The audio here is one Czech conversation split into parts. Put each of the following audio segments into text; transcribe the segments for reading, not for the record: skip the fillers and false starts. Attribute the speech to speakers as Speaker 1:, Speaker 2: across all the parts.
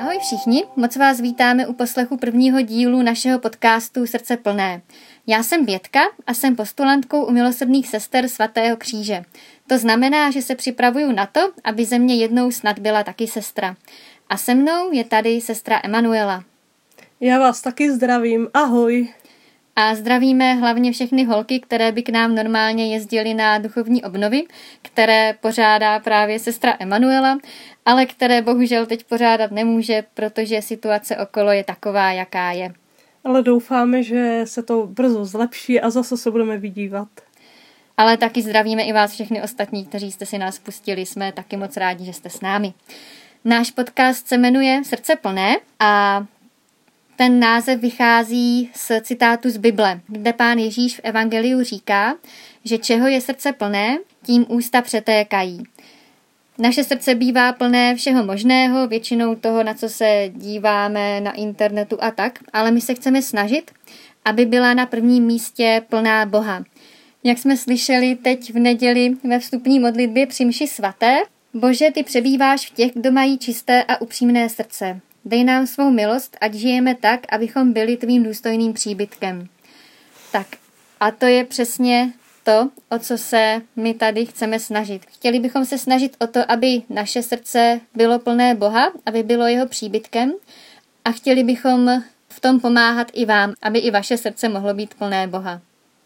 Speaker 1: Ahoj všichni, moc vás vítáme u poslechu prvního dílu našeho podcastu Srdce plné. Já jsem Bětka a jsem postulantkou u milosrdných sester Svatého kříže. To znamená, že se připravuju na to, aby ze mě jednou snad byla taky sestra. A se mnou je tady sestra Emanuela.
Speaker 2: Já vás taky zdravím, ahoj.
Speaker 1: A zdravíme hlavně všechny holky, které by k nám normálně jezdily na duchovní obnovy, které pořádá právě sestra Emanuela, ale které bohužel teď pořádat nemůže, protože situace okolo je taková, jaká je.
Speaker 2: Ale doufáme, že se to brzo zlepší a zase se budeme vidívat.
Speaker 1: Ale taky zdravíme i vás všechny ostatní, kteří jste si nás pustili. Jsme taky moc rádi, že jste s námi. Náš podcast se jmenuje Srdce plné a ten název vychází z citátu z Bible, kde Pán Ježíš v evangeliu říká, že čeho je srdce plné, tím ústa přetékají. Naše srdce bývá plné všeho možného, většinou toho, na co se díváme na internetu a tak, ale my se chceme snažit, aby byla na prvním místě plná Boha. Jak jsme slyšeli teď v neděli ve vstupní modlitbě při mši svaté, Bože, ty přebýváš v těch, kdo mají čisté a upřímné srdce. Dej nám svou milost, ať žijeme tak, abychom byli tvým důstojným příbytkem. Tak a to je přesně to, o co se my tady chceme snažit. Chtěli bychom se snažit o to, aby naše srdce bylo plné Boha, aby bylo jeho příbytkem a chtěli bychom v tom pomáhat i vám, aby i vaše srdce mohlo být plné Boha.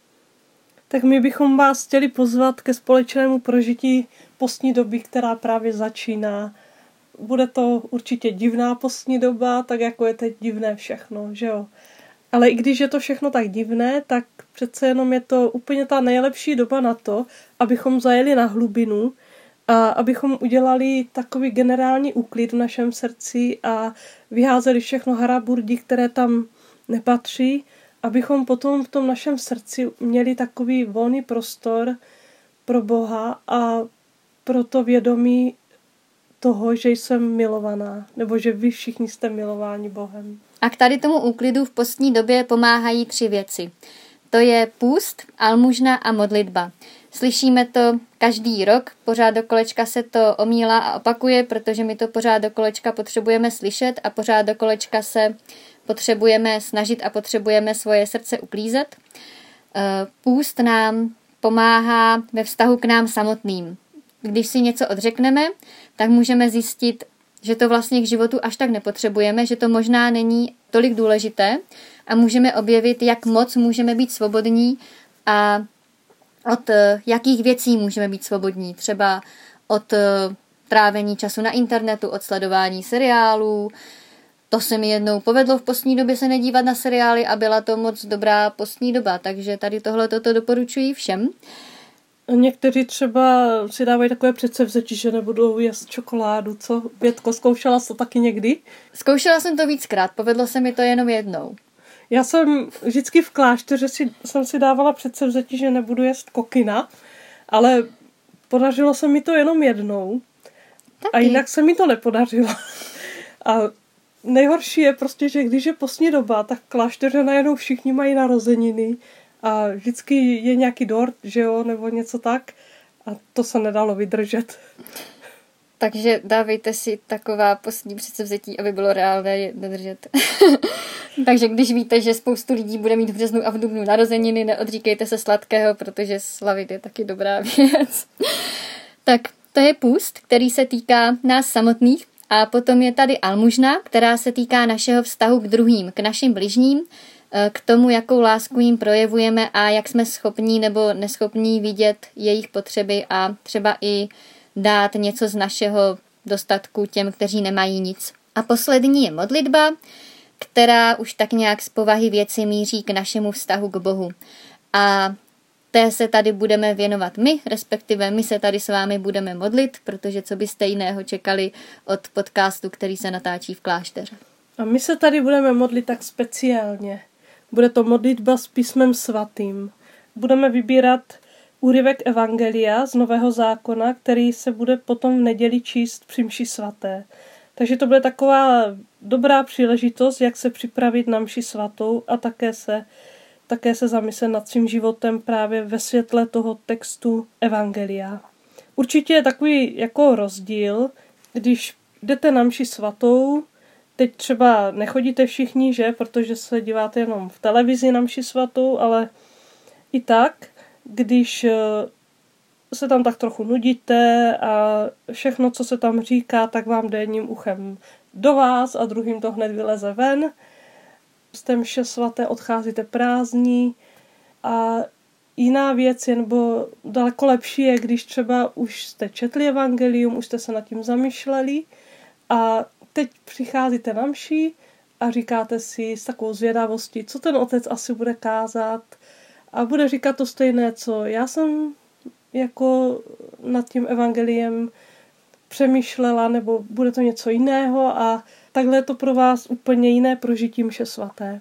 Speaker 2: Tak my bychom vás chtěli pozvat ke společnému prožití postní doby, která právě začíná. Bude to určitě divná postní doba, tak jako je teď divné všechno, že jo. Ale i když je to všechno tak divné, tak přece jenom je to úplně ta nejlepší doba na to, abychom zajeli na hlubinu a abychom udělali takový generální úklid v našem srdci a vyházeli všechno haraburdi, které tam nepatří, abychom potom v tom našem srdci měli takový volný prostor pro Boha a pro to vědomí toho, že jsem milovaná, nebo že vy všichni jste milováni Bohem.
Speaker 1: A k tady tomu úklidu v postní době pomáhají 3 věci. To je půst, almužna a modlitba. Slyšíme to každý rok, pořád do kolečka se to omílá a opakuje, protože my to pořád do kolečka potřebujeme slyšet a pořád do kolečka se potřebujeme snažit a potřebujeme svoje srdce uklízet. Půst nám pomáhá ve vztahu k nám samotným. Když si něco odřekneme, tak můžeme zjistit, že to vlastně k životu až tak nepotřebujeme, že to možná není tolik důležité a můžeme objevit, jak moc můžeme být svobodní a od jakých věcí můžeme být svobodní. Třeba od trávení času na internetu, od sledování seriálů. To se mi jednou povedlo v postní době se nedívat na seriály a byla to moc dobrá postní doba, takže tady tohle toto doporučuji všem.
Speaker 2: Někteří třeba si dávají takové předsevzetí, že nebudou jíst čokoládu, co? Bětko, zkoušela jsi to taky někdy?
Speaker 1: Zkoušela jsem to víckrát, povedlo se mi to jenom jednou.
Speaker 2: Já jsem vždycky v klášteře jsem si dávala předsevzetí, že nebudu jíst kokina, ale podařilo se mi to jenom jednou. Taky. A jinak se mi to nepodařilo. A nejhorší je prostě, že když je postní doba, tak v klášteře najednou všichni mají narozeniny a vždycky je nějaký dort, že jo, nebo něco tak. A to se nedalo vydržet.
Speaker 1: Takže dávejte si taková postní předsevzetí, aby bylo reálné je dodržet. Takže když víte, že spoustu lidí bude mít v březnu a v dubnu narozeniny, neodříkejte se sladkého, protože slavit je taky dobrá věc. Tak to je půst, který se týká nás samotných. A potom je tady almužna, která se týká našeho vztahu k druhým, k našim bližním, k tomu, jakou lásku jim projevujeme a jak jsme schopní nebo neschopní vidět jejich potřeby a třeba i dát něco z našeho dostatku těm, kteří nemají nic. A poslední je modlitba, která už tak nějak z povahy věci míří k našemu vztahu k Bohu. A té se tady budeme věnovat my, respektive my se tady s vámi budeme modlit, protože co byste jiného čekali od podcastu, který se natáčí v klášteře.
Speaker 2: A my se tady budeme modlit tak speciálně. Bude to modlitba s písmem svatým. Budeme vybírat úryvek evangelia z Nového zákona, který se bude potom v neděli číst při mši svaté. Takže to bude taková dobrá příležitost, jak se připravit na mši svatou a také se zamyslet nad svým životem právě ve světle toho textu evangelia. Určitě je takový jako rozdíl, když jdete na mši svatou teď třeba nechodíte všichni, že? Protože se díváte jenom v televizi na mši svatou, ale i tak, když se tam tak trochu nudíte a všechno, co se tam říká, tak vám jde jedním uchem do vás a druhým to hned vyleze ven. Z té mše svaté odcházíte prázdní a jiná věc je, nebo daleko lepší je, když třeba už jste četli evangelium, už jste se nad tím zamýšleli a teď přicházíte na mši a říkáte si s takovou zvědavostí, co ten otec asi bude kázat a bude říkat to stejné, co já jsem jako nad tím evangeliem přemýšlela, nebo bude to něco jiného a takhle je to pro vás úplně jiné prožití mše svaté.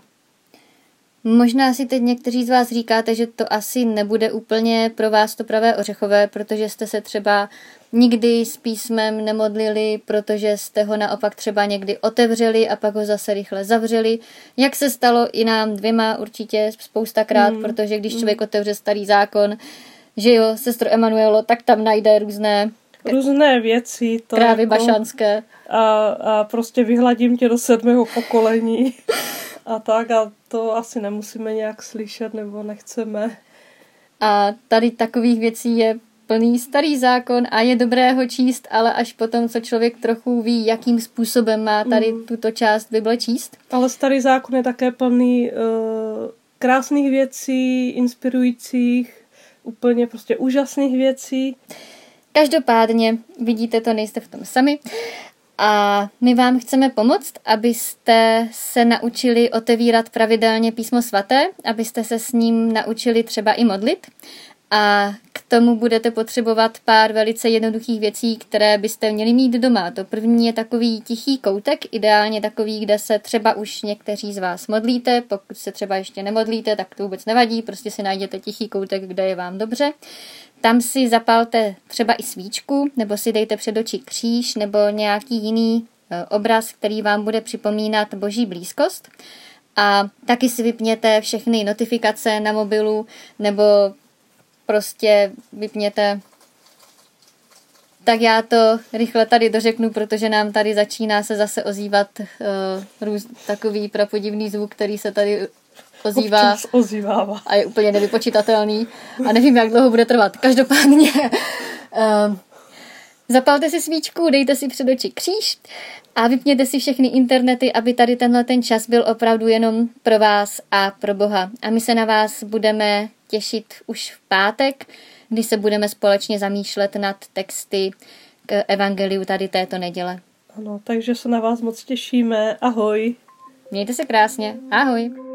Speaker 1: Možná si teď někteří z vás říkáte, že to asi nebude úplně pro vás to pravé ořechové, protože jste se třeba nikdy s písmem nemodlili, protože jste ho naopak třeba někdy otevřeli a pak ho zase rychle zavřeli. Jak se stalo i nám dvěma určitě spoustakrát, protože když člověk otevře Starý zákon, že jo, sestro Emanuelo, tak tam najde různé
Speaker 2: věci. To
Speaker 1: krávy
Speaker 2: jako,
Speaker 1: bašanské.
Speaker 2: A prostě vyhladím tě do 7. pokolení. A tak a to asi nemusíme nějak slyšet nebo nechceme.
Speaker 1: A tady takových věcí je plný Starý zákon a je dobré ho číst, ale až potom, co člověk trochu ví, jakým způsobem má tady tuto část Bible číst.
Speaker 2: Ale Starý zákon je také plný krásných věcí, inspirujících, úplně prostě úžasných věcí.
Speaker 1: Každopádně, vidíte to, nejste v tom sami. A my vám chceme pomoct, abyste se naučili otevírat pravidelně Písmo svaté, abyste se s ním naučili třeba i modlit. A k tomu budete potřebovat pár velice jednoduchých věcí, které byste měli mít doma. To první je takový tichý koutek, ideálně takový, kde se třeba už někteří z vás modlíte. Pokud se třeba ještě nemodlíte, tak to vůbec nevadí, prostě si najděte tichý koutek, kde je vám dobře. Tam si zapalte třeba i svíčku, nebo si dejte před oči kříž, nebo nějaký jiný obraz, který vám bude připomínat Boží blízkost. A taky si vypněte všechny notifikace na mobilu, nebo prostě vypněte. Tak já to rychle tady dořeknu, protože nám tady začíná se zase ozývat takový prapodivný zvuk, který se tady ozývává a je úplně nevypočitatelný a nevím, jak dlouho bude trvat. Každopádně zapalte si svíčku, dejte si před oči kříž a vypněte si všechny internety, aby tady ten čas byl opravdu jenom pro vás a pro Boha. A my se na vás budeme těšit už v pátek, kdy se budeme společně zamýšlet nad texty k evangeliu tady této neděle.
Speaker 2: Ano, takže se na vás moc těšíme. Ahoj.
Speaker 1: Mějte se krásně. Ahoj.